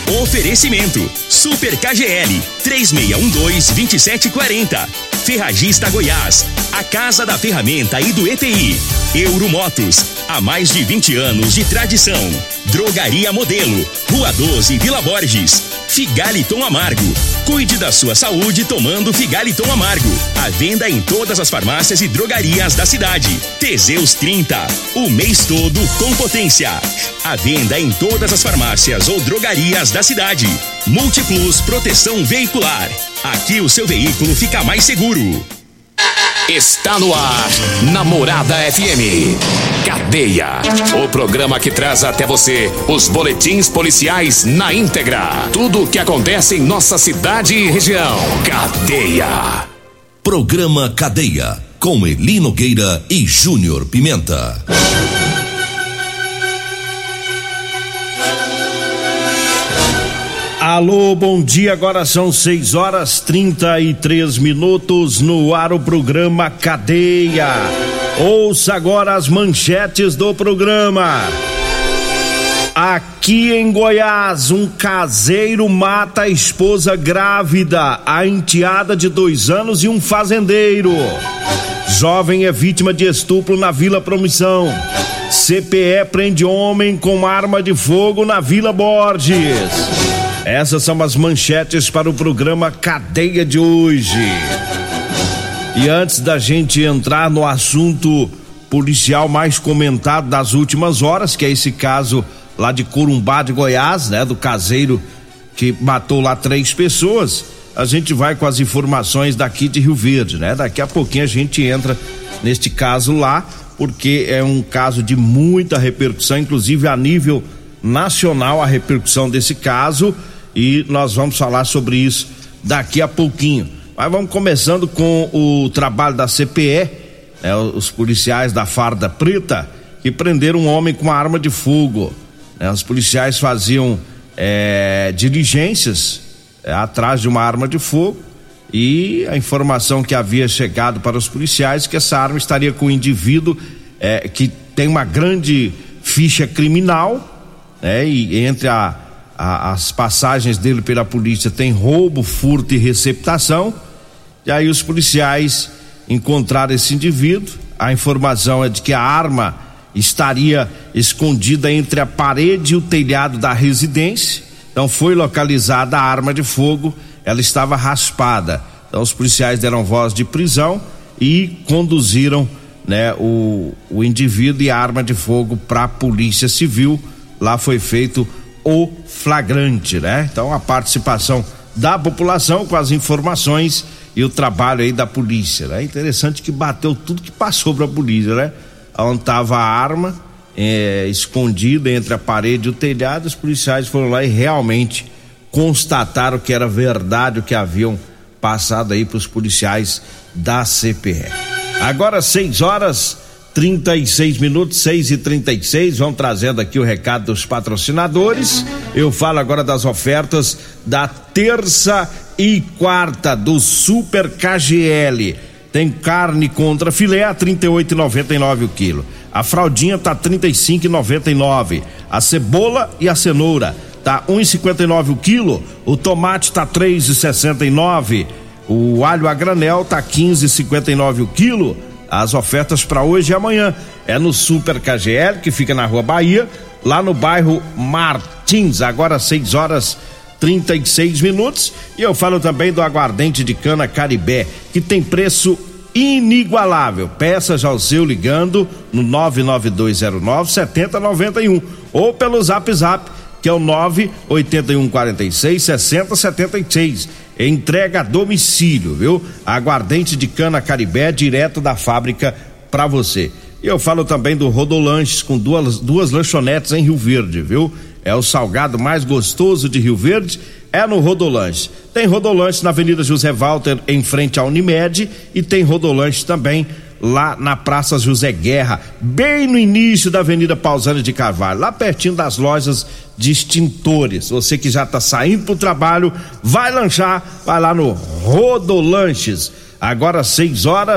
Oferecimento Super KGL 3612-2740. Ferragista Goiás, a casa da ferramenta e do EPI. Euromotos, há mais de 20 anos de tradição. Drogaria Modelo, Rua 12, Vila Borges. Figaliton Amargo, cuide da sua saúde tomando Figaliton Amargo. À venda em todas as farmácias e drogarias da cidade. Teseus 30, o mês todo com potência. À venda em todas as farmácias ou drogarias da cidade. Multiplus Proteção Veicular. Aqui o seu veículo fica mais seguro. Está no ar, Namorada FM. Cadeia. O programa que traz até você os boletins policiais na íntegra. Tudo o que acontece em nossa cidade e região. Cadeia. Programa Cadeia, com Eli Nogueira e Júnior Pimenta. Alô, bom dia, agora são 6h33 no ar o programa Cadeia. Ouça agora as manchetes do programa. Aqui em Goiás, um caseiro mata a esposa grávida, a enteada de 2 anos e um fazendeiro. Jovem é vítima de estupro na Vila Promissão. CPE prende homem com arma de fogo na Vila Borges. Essas são as manchetes para o programa Cadeia de hoje. E antes da gente entrar no assunto policial mais comentado das últimas horas, que é esse caso lá de Corumbá de Goiás, né? Do caseiro que matou lá 3 pessoas, a gente vai com as informações daqui de Rio Verde, né? Daqui a pouquinho a gente entra neste caso lá, porque é um caso de muita repercussão, inclusive a nível nacional a repercussão desse caso. E nós vamos falar sobre isso daqui a pouquinho. Mas vamos começando com o trabalho da CPE, né, os policiais da Farda Preta, que prenderam um homem com uma arma de fogo. Né, os policiais faziam diligências atrás de uma arma de fogo e a informação que havia chegado para os policiais é que essa arma estaria com um indivíduo que tem uma grande ficha criminal, né, e entre as passagens dele pela polícia tem roubo, furto e receptação. E aí os policiais encontraram esse indivíduo. A informação é de que a arma estaria escondida entre a parede e o telhado da residência. Então foi localizada a arma de fogo, ela estava raspada. Então os policiais deram voz de prisão e conduziram, né, o indivíduo e a arma de fogo para a Polícia Civil. Lá foi feito o flagrante, né? Então a participação da população com as informações e o trabalho aí da polícia, né? Interessante que bateu tudo que passou pra polícia, né? Onde tava a arma escondida entre a parede e o telhado, os policiais foram lá e realmente constataram que era verdade o que haviam passado aí pros policiais da CPE. Agora 6h36, 6h36, vão trazendo aqui o recado dos patrocinadores. Eu falo agora das ofertas da terça e quarta do Super KGL. Tem carne contra filé a R$ 38,99 o quilo. A fraldinha tá R$ 35,99. A cebola e a cenoura tá R$ 1,59 o quilo. O tomate tá R$ 3,69. O alho a granel tá R$ 15,59 o quilo. As ofertas para hoje e amanhã é no Super KGL, que fica na Rua Bahia, lá no bairro Martins. Agora 6h36. E eu falo também do aguardente de cana Caribé, que tem preço inigualável. Peça já o seu ligando no 99209-7091 ou pelo Zap, que é o 98146-6076. Entrega a domicílio, viu? Aguardente de cana Caribé, direto da fábrica pra você. E eu falo também do Rodolanches, com duas lanchonetes em Rio Verde, viu? É o salgado mais gostoso de Rio Verde, é no Rodolanches. Tem Rodolanches na Avenida José Walter, em frente à Unimed, e tem Rodolanches também lá na Praça José Guerra, bem no início da Avenida Pausanias de Carvalho, lá pertinho das lojas de extintores. Você que já está saindo pro trabalho, vai lanchar, vai lá no Rodolanches. Agora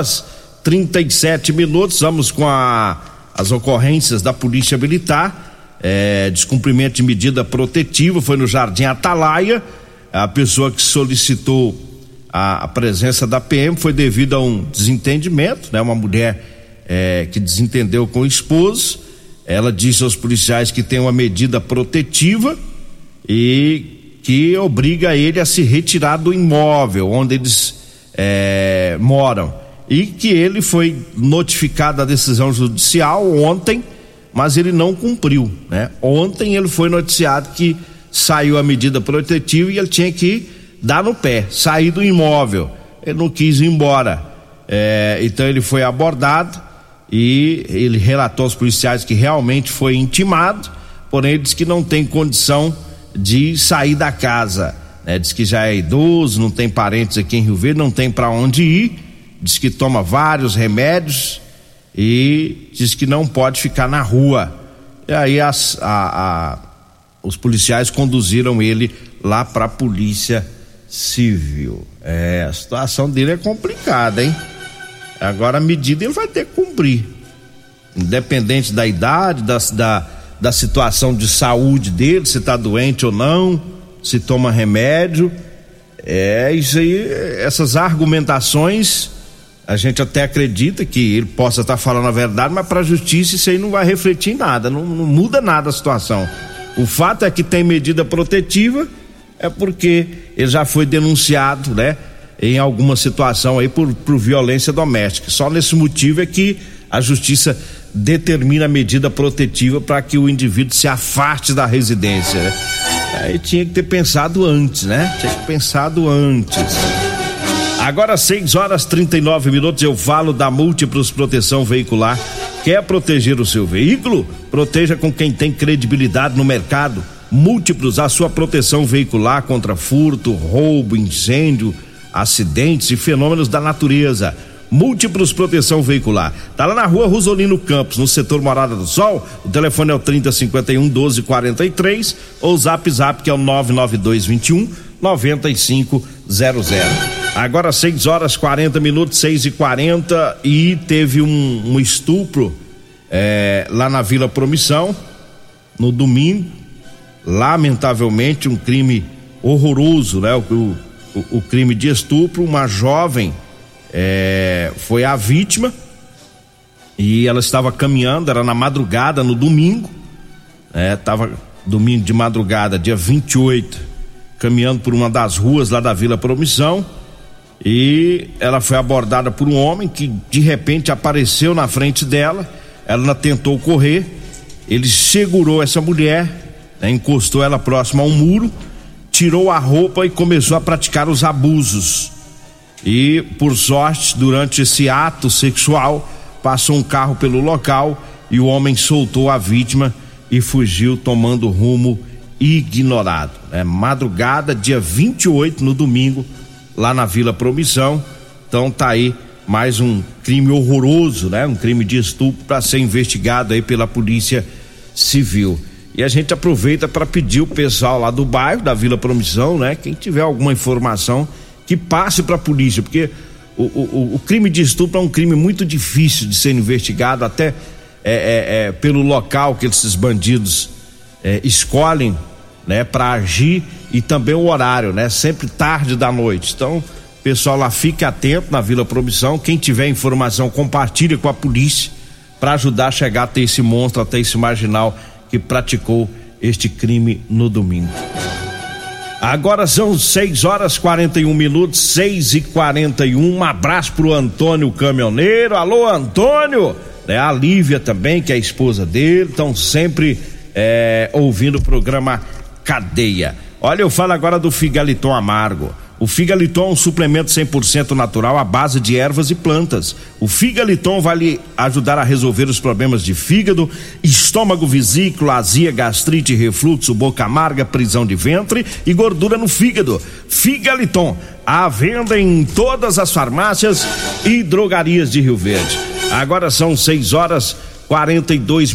6h37, vamos com as ocorrências da Polícia Militar. descumprimento de medida protetiva, foi no Jardim Atalaia. A pessoa que solicitou a presença da PM foi devido a um desentendimento, né? Uma mulher que desentendeu com o esposo. Ela disse aos policiais que tem uma medida protetiva e que obriga ele a se retirar do imóvel onde eles moram, e que ele foi notificado da decisão judicial ontem, mas ele não cumpriu, né? Ontem ele foi noticiado que saiu a medida protetiva e ele tinha que dar no pé, sair do imóvel. Ele não quis ir embora, então ele foi abordado e ele relatou aos policiais que realmente foi intimado, porém ele disse que não tem condição de sair da casa, né? Diz que já é idoso, não tem parentes aqui em Rio Verde, não tem para onde ir, diz que toma vários remédios e diz que não pode ficar na rua. E aí os policiais conduziram ele lá para a Polícia Civil. A situação dele é complicada, hein? Agora a medida ele vai ter que cumprir, independente da idade, da situação de saúde dele, se tá doente ou não, se toma remédio. Isso aí, essas argumentações, a gente até acredita que ele possa estar falando a verdade, mas para a justiça isso aí não vai refletir em nada, não muda nada a situação. O fato é que tem medida protetiva, porque ele já foi denunciado, né, em alguma situação aí por violência doméstica. Só nesse motivo é que a justiça determina a medida protetiva para que o indivíduo se afaste da residência, né? Aí tinha que ter pensado antes, né? Tinha que ter pensado antes. Agora 6h39, eu falo da Múltiplos Proteção Veicular. Quer proteger o seu veículo? Proteja com quem tem credibilidade no mercado. Múltiplos, a sua proteção veicular contra furto, roubo, incêndio, acidentes e fenômenos da natureza. Múltiplos Proteção Veicular. Tá lá na Rua Rosolino Campos, no setor Morada do Sol. O telefone é o 3051-1243 ou o zap que é o 99221-9500. Agora 6h40, 6h40, e teve um estupro lá na Vila Promissão no domingo. Lamentavelmente, um crime horroroso, né? O crime de estupro. Uma jovem foi a vítima e ela estava caminhando, era na madrugada, no domingo, estava domingo de madrugada, dia 28, caminhando por uma das ruas lá da Vila Promissão, e ela foi abordada por um homem que de repente apareceu na frente dela. Ela tentou correr, ele segurou essa mulher, encostou ela próxima a um muro, tirou a roupa e começou a praticar os abusos. E, por sorte, durante esse ato sexual, passou um carro pelo local e o homem soltou a vítima e fugiu tomando rumo ignorado. Madrugada, dia 28, no domingo, lá na Vila Promissão. Então tá aí mais um crime horroroso, né? Um crime de estupro para ser investigado aí pela Polícia Civil. E a gente aproveita para pedir o pessoal lá do bairro, da Vila Promissão, né? Quem tiver alguma informação, que passe para a polícia, porque o crime de estupro é um crime muito difícil de ser investigado, até pelo local que esses bandidos escolhem, né, para agir, e também o horário, né, sempre tarde da noite. Então, pessoal lá, fique atento na Vila Promissão. Quem tiver informação, compartilha com a polícia para ajudar a chegar até esse monstro, até esse marginal que praticou este crime no domingo. Agora são 6h41, 6h41. Um abraço pro Antônio Caminhoneiro. Alô, Antônio! A Lívia também, que é a esposa dele, estão sempre ouvindo o programa Cadeia. Olha, eu falo agora do Figaliton Amargo. O Figaliton é um suplemento 100% natural à base de ervas e plantas. O Figaliton vai lhe ajudar a resolver os problemas de fígado, estômago, vesícula, azia, gastrite, refluxo, boca amarga, prisão de ventre e gordura no fígado. Figaliton, à venda em todas as farmácias e drogarias de Rio Verde. Agora são 6h42,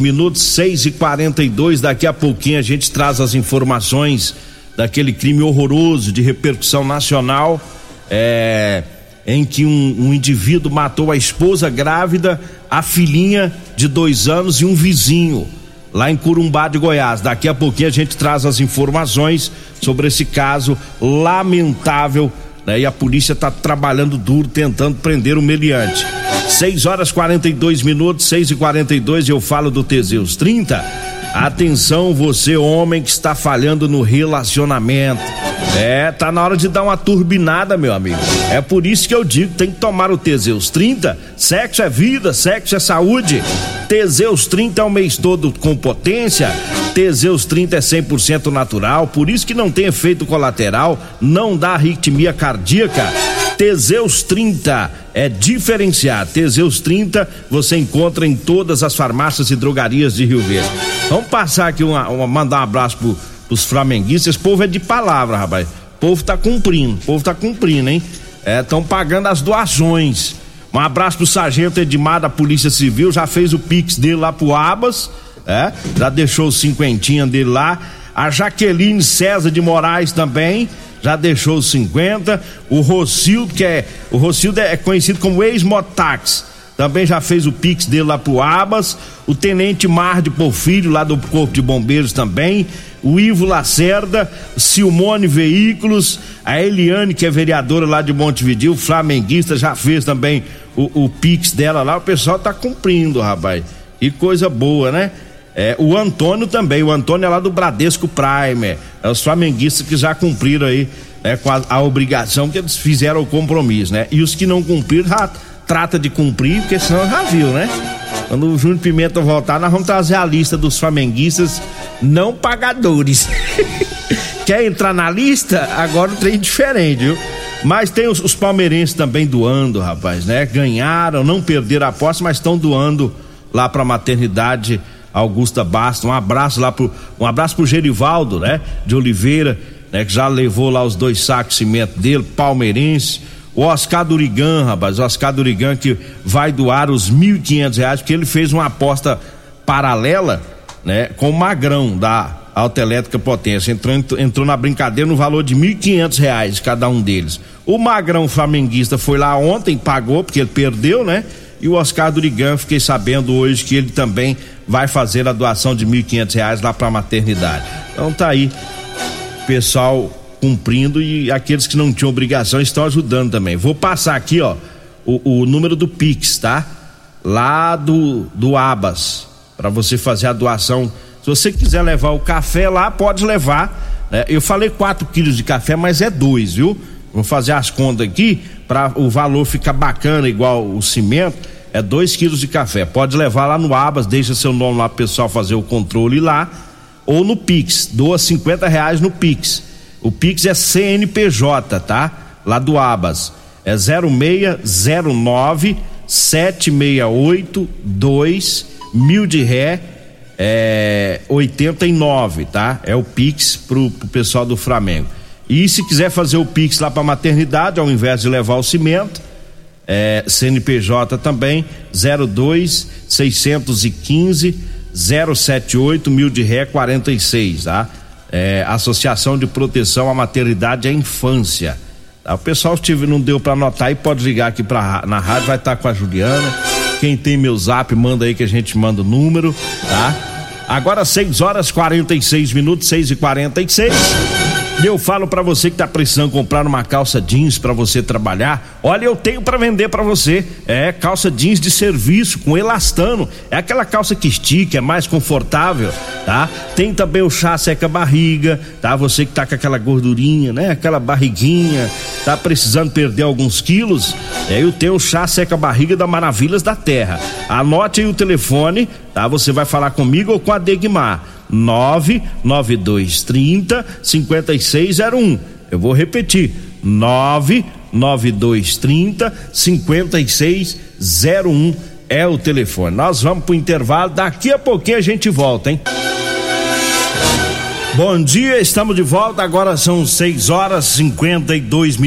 6h42. Daqui a pouquinho a gente traz as informações daquele crime horroroso de repercussão nacional, em que um indivíduo matou a esposa grávida, a filhinha de 2 anos e um vizinho lá em Corumbá de Goiás. Daqui a pouquinho a gente traz as informações sobre esse caso lamentável, né? E a polícia está trabalhando duro tentando prender o meliante. 6h42, 6h42, eu falo do Teseus 30. Atenção, você homem que está falhando no relacionamento. Tá na hora de dar uma turbinada, meu amigo. É por isso que eu digo, tem que tomar o Teseus 30. Sexo é vida, sexo é saúde. Teseus 30 é o mês todo com potência. Teseus 30 é 100% natural, por isso que não tem efeito colateral, não dá arritmia cardíaca. Teseus 30 é diferenciado. Teseus 30 você encontra em todas as farmácias e drogarias de Rio Verde. Vamos passar aqui mandar um abraço pros flamenguistas. Esse povo é de palavra, rapaz. O povo tá cumprindo, hein? Estão pagando as doações. Um abraço pro sargento Edmar da Polícia Civil, já fez o pix dele lá pro Abas, já deixou o cinquentinha dele lá. A Jaqueline César de Moraes também já deixou os 50. O Rocildo é conhecido como ex-Motax, também já fez o pix dele lá pro Abas. O Tenente Marde Porfírio lá do Corpo de Bombeiros também. O Ivo Lacerda, Silmone Veículos, a Eliane, que é vereadora lá de Montevidéu, flamenguista, já fez também o pix dela lá. O pessoal tá cumprindo, rapaz. Que coisa boa, né? O Antônio também, o Antônio é lá do Bradesco Prime, os flamenguistas que já cumpriram aí, com a obrigação que eles fizeram o compromisso, né? E os que não cumpriram, já trata de cumprir, porque senão já viu, né? Quando o Júnior Pimenta voltar, nós vamos trazer a lista dos flamenguistas não pagadores. Quer entrar na lista? Agora o trem é diferente, viu? Mas tem os palmeirenses também doando, rapaz, né? Ganharam, não perderam a aposta, mas estão doando lá pra maternidade Augusta Bastos. Um abraço pro Gerivaldo, né? De Oliveira, né? Que já levou lá os 2 sacos de cimento dele, palmeirense. O Oscar Durigan, rapaz, o Oscar Durigan que vai doar os R$1.500, porque ele fez uma aposta paralela, né? Com o Magrão da Autoelétrica Potência, entrou na brincadeira no valor de R$1.500 cada um deles. O Magrão flamenguista foi lá ontem, pagou porque ele perdeu, né? E o Oscar Durigan, fiquei sabendo hoje que ele também vai fazer a doação de R$1.500 lá pra maternidade. Então tá aí, pessoal cumprindo, e aqueles que não tinham obrigação estão ajudando também. Vou passar aqui, ó, o número do Pix, tá? Lá do Abas, para você fazer a doação. Se você quiser levar o café lá, pode levar, né? Eu falei 4 quilos de café, mas é 2, viu? Vamos fazer as contas aqui para o valor ficar bacana, igual o cimento. É 2 quilos de café. Pode levar lá no Abas, deixa seu nome lá pro pessoal fazer o controle lá, ou no Pix, doa R$50 no Pix. O Pix é CNPJ, tá? Lá do Abas. É 0609 768 2 mil de ré 89, tá? É o Pix pro pessoal do Flamengo. E se quiser fazer o Pix lá pra maternidade, ao invés de levar o cimento, CNPJ também, 02 615 078 mil de ré 46, tá? Associação de Proteção à Maternidade e à Infância. Tá? O pessoal não deu para anotar aí, pode ligar aqui na rádio, vai estar com a Juliana. Quem tem meu zap, manda aí que a gente manda o número, tá? Agora 6h46, 6h46. Eu falo pra você que tá precisando comprar uma calça jeans pra você trabalhar. Olha, eu tenho pra vender pra você. Calça jeans de serviço com elastano. É aquela calça que estica, é mais confortável, tá? Tem também o chá seca barriga, tá? Você que tá com aquela gordurinha, né? Aquela barriguinha, tá precisando perder alguns quilos. Eu tenho o chá seca barriga da Maravilhas da Terra. Anote aí o telefone, tá? Você vai falar comigo ou com a Degmar. 99230 5601. Eu vou repetir: 99230 5601 é o telefone. Nós vamos pro intervalo, daqui a pouquinho a gente volta, hein? Bom dia, estamos de volta. Agora são 6h52,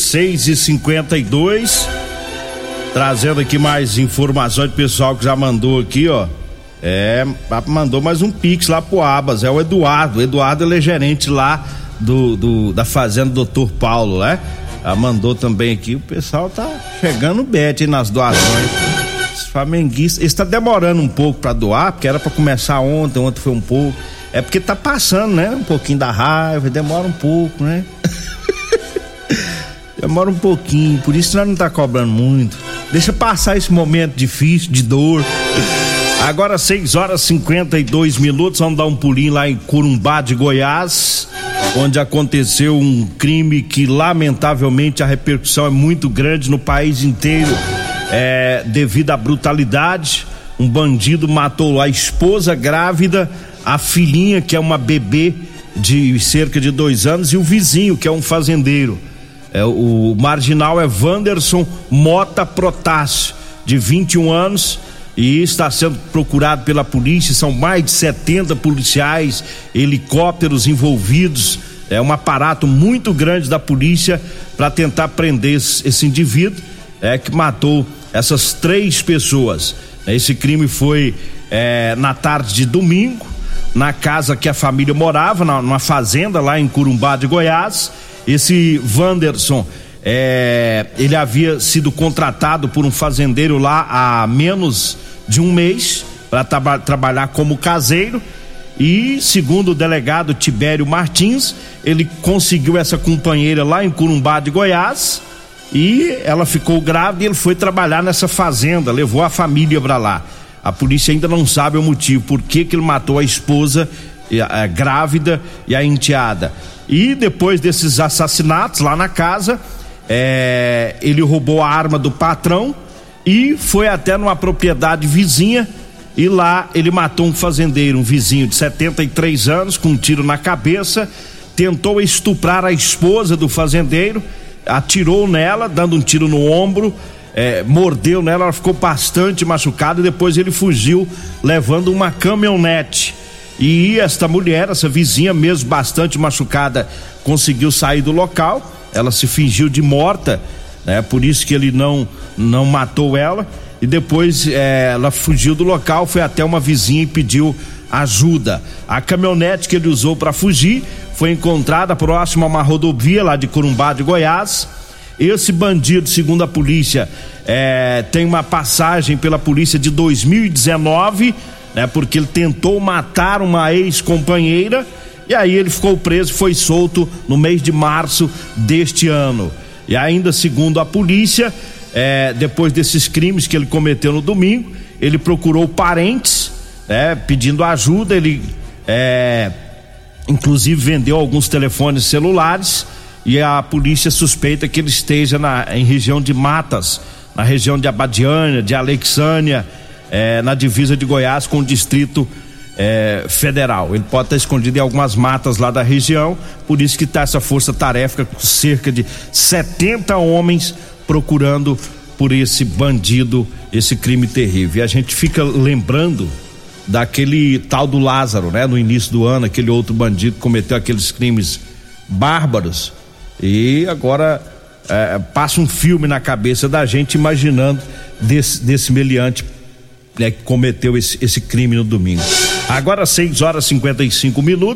6h52. Trazendo aqui mais informações do pessoal que já mandou aqui, ó. Mandou mais um Pix lá pro Abas, é o Eduardo. Eduardo, ele é gerente lá da fazenda Dr. Paulo, né? Mandou também aqui, o pessoal tá chegando bet aí nas doações. Os flamenguistas, está demorando um pouco para doar, porque era para começar ontem foi um pouco. É porque tá passando, né? Um pouquinho da raiva, demora um pouco, né? Demora um pouquinho, por isso nós não tá cobrando muito. Deixa passar esse momento difícil, de dor. Agora 6h52, vamos dar um pulinho lá em Corumbá de Goiás, onde aconteceu um crime que lamentavelmente a repercussão é muito grande no país inteiro, devido à brutalidade. Um bandido matou a esposa grávida, a filhinha, que é uma bebê de cerca de 2 anos, e o vizinho, que é um fazendeiro. O marginal é Wanderson Mota Protássio, de 21 anos, e está sendo procurado pela polícia. São mais de 70 policiais, helicópteros envolvidos. É um aparato muito grande da polícia para tentar prender esse indivíduo que matou essas 3 pessoas. Esse crime foi na tarde de domingo, na casa que a família morava, numa fazenda lá em Corumbá de Goiás. Esse Wanderson, ele havia sido contratado por um fazendeiro lá há menos de um mês para trabalhar como caseiro, e segundo o delegado Tibério Martins, ele conseguiu essa companheira lá em Corumbá de Goiás e ela ficou grávida e ele foi trabalhar nessa fazenda, levou a família para lá. A polícia ainda não sabe o motivo, por que ele matou a esposa grávida e a enteada. E depois desses assassinatos lá na casa, ele roubou a arma do patrão e foi até numa propriedade vizinha, e lá ele matou um fazendeiro, um vizinho de 73 anos, com um tiro na cabeça. Tentou estuprar a esposa do fazendeiro, atirou nela, dando um tiro no ombro, mordeu nela, ela ficou bastante machucada, e depois ele fugiu levando uma caminhonete. E esta mulher, essa vizinha, mesmo bastante machucada, conseguiu sair do local. Ela se fingiu de morta, né? Por isso que ele não matou ela. E depois ela fugiu do local, foi até uma vizinha e pediu ajuda. A caminhonete que ele usou para fugir foi encontrada próximo a uma rodovia lá de Corumbá de Goiás. Esse bandido, segundo a polícia, tem uma passagem pela polícia de 2019, porque ele tentou matar uma ex-companheira, e aí ele ficou preso e foi solto no mês de março deste ano. E ainda segundo a polícia, depois desses crimes que ele cometeu no domingo, ele procurou parentes, pedindo ajuda. Ele inclusive vendeu alguns telefones celulares, e a polícia suspeita que ele esteja em região de Matas, na região de Abadiânia, de Alexânia, na divisa de Goiás com o Distrito Federal. Ele pode estar escondido em algumas matas lá da região, por isso que está essa força-tarefa com cerca de 70 homens procurando por esse bandido, esse crime terrível. E a gente fica lembrando daquele tal do Lázaro, no início do ano, aquele outro bandido que cometeu aqueles crimes bárbaros, e agora passa um filme na cabeça da gente imaginando desse meliante que cometeu esse crime no domingo. Agora 6h55,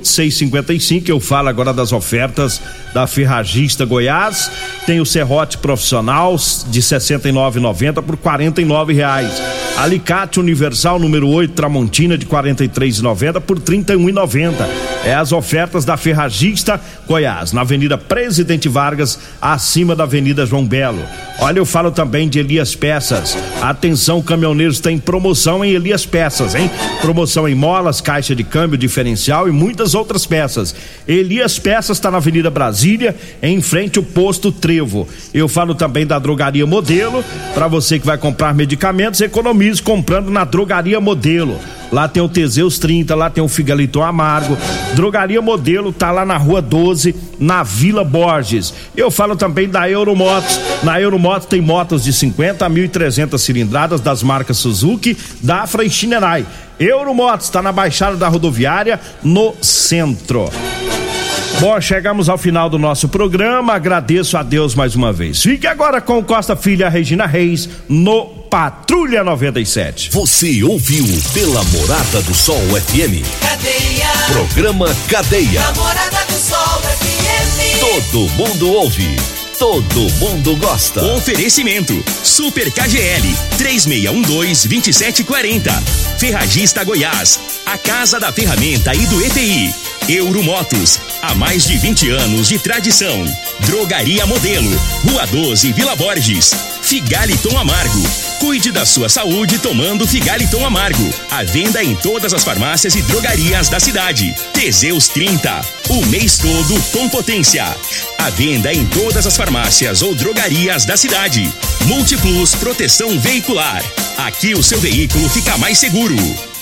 6h55, eu falo agora das ofertas da Ferragista Goiás. Tem o serrote profissional de R$ 69,90 por R$ 49,00. Alicate universal número 8 Tramontina de R$ 43,90 por R$ 31,90. As ofertas da Ferragista Goiás, na Avenida Presidente Vargas, acima da Avenida João Belo. Olha, eu falo também de Elias Peças. Atenção, caminhoneiros, tem promoção em Elias Peças, hein? Promoção em molas, caixa de câmbio, diferencial e muitas outras peças. Elias Peças está na Avenida Brasília, em frente ao posto Trevo. Eu falo também da Drogaria Modelo. Para você que vai comprar medicamentos, economize comprando na Drogaria Modelo. Lá tem o Teseus 30, lá tem o Figaliton Amargo. Drogaria Modelo tá lá na Rua 12, na Vila Borges. Eu falo também da Euromotos. Na Euromotos tem motos de 50 a 1.300 cilindradas das marcas Suzuki, Dafra e Shinerai. Euromotos tá na Baixada da Rodoviária, no centro. Bom, chegamos ao final do nosso programa, agradeço a Deus mais uma vez. Fique agora com o Costa Filho e a Regina Reis no Patrulha 97. Você ouviu pela Morada do Sol FM. Cadeia. Programa Cadeia. Morada do Sol FM. Todo mundo ouve todo mundo gosta. Oferecimento Super KGL 3612-2740. Ferragista Goiás, a casa da ferramenta e do EPI. Euromotos, há mais de 20 anos de tradição. Drogaria Modelo, Rua 12, Vila Borges. Figaliton Amargo, cuide da sua saúde tomando Figaliton Amargo. À venda em todas as farmácias e drogarias da cidade. Teseus 30, o mês todo com potência. À venda em todas as farmácias ou drogarias da cidade. Multiplus Proteção Veicular, aqui o seu veículo fica mais seguro.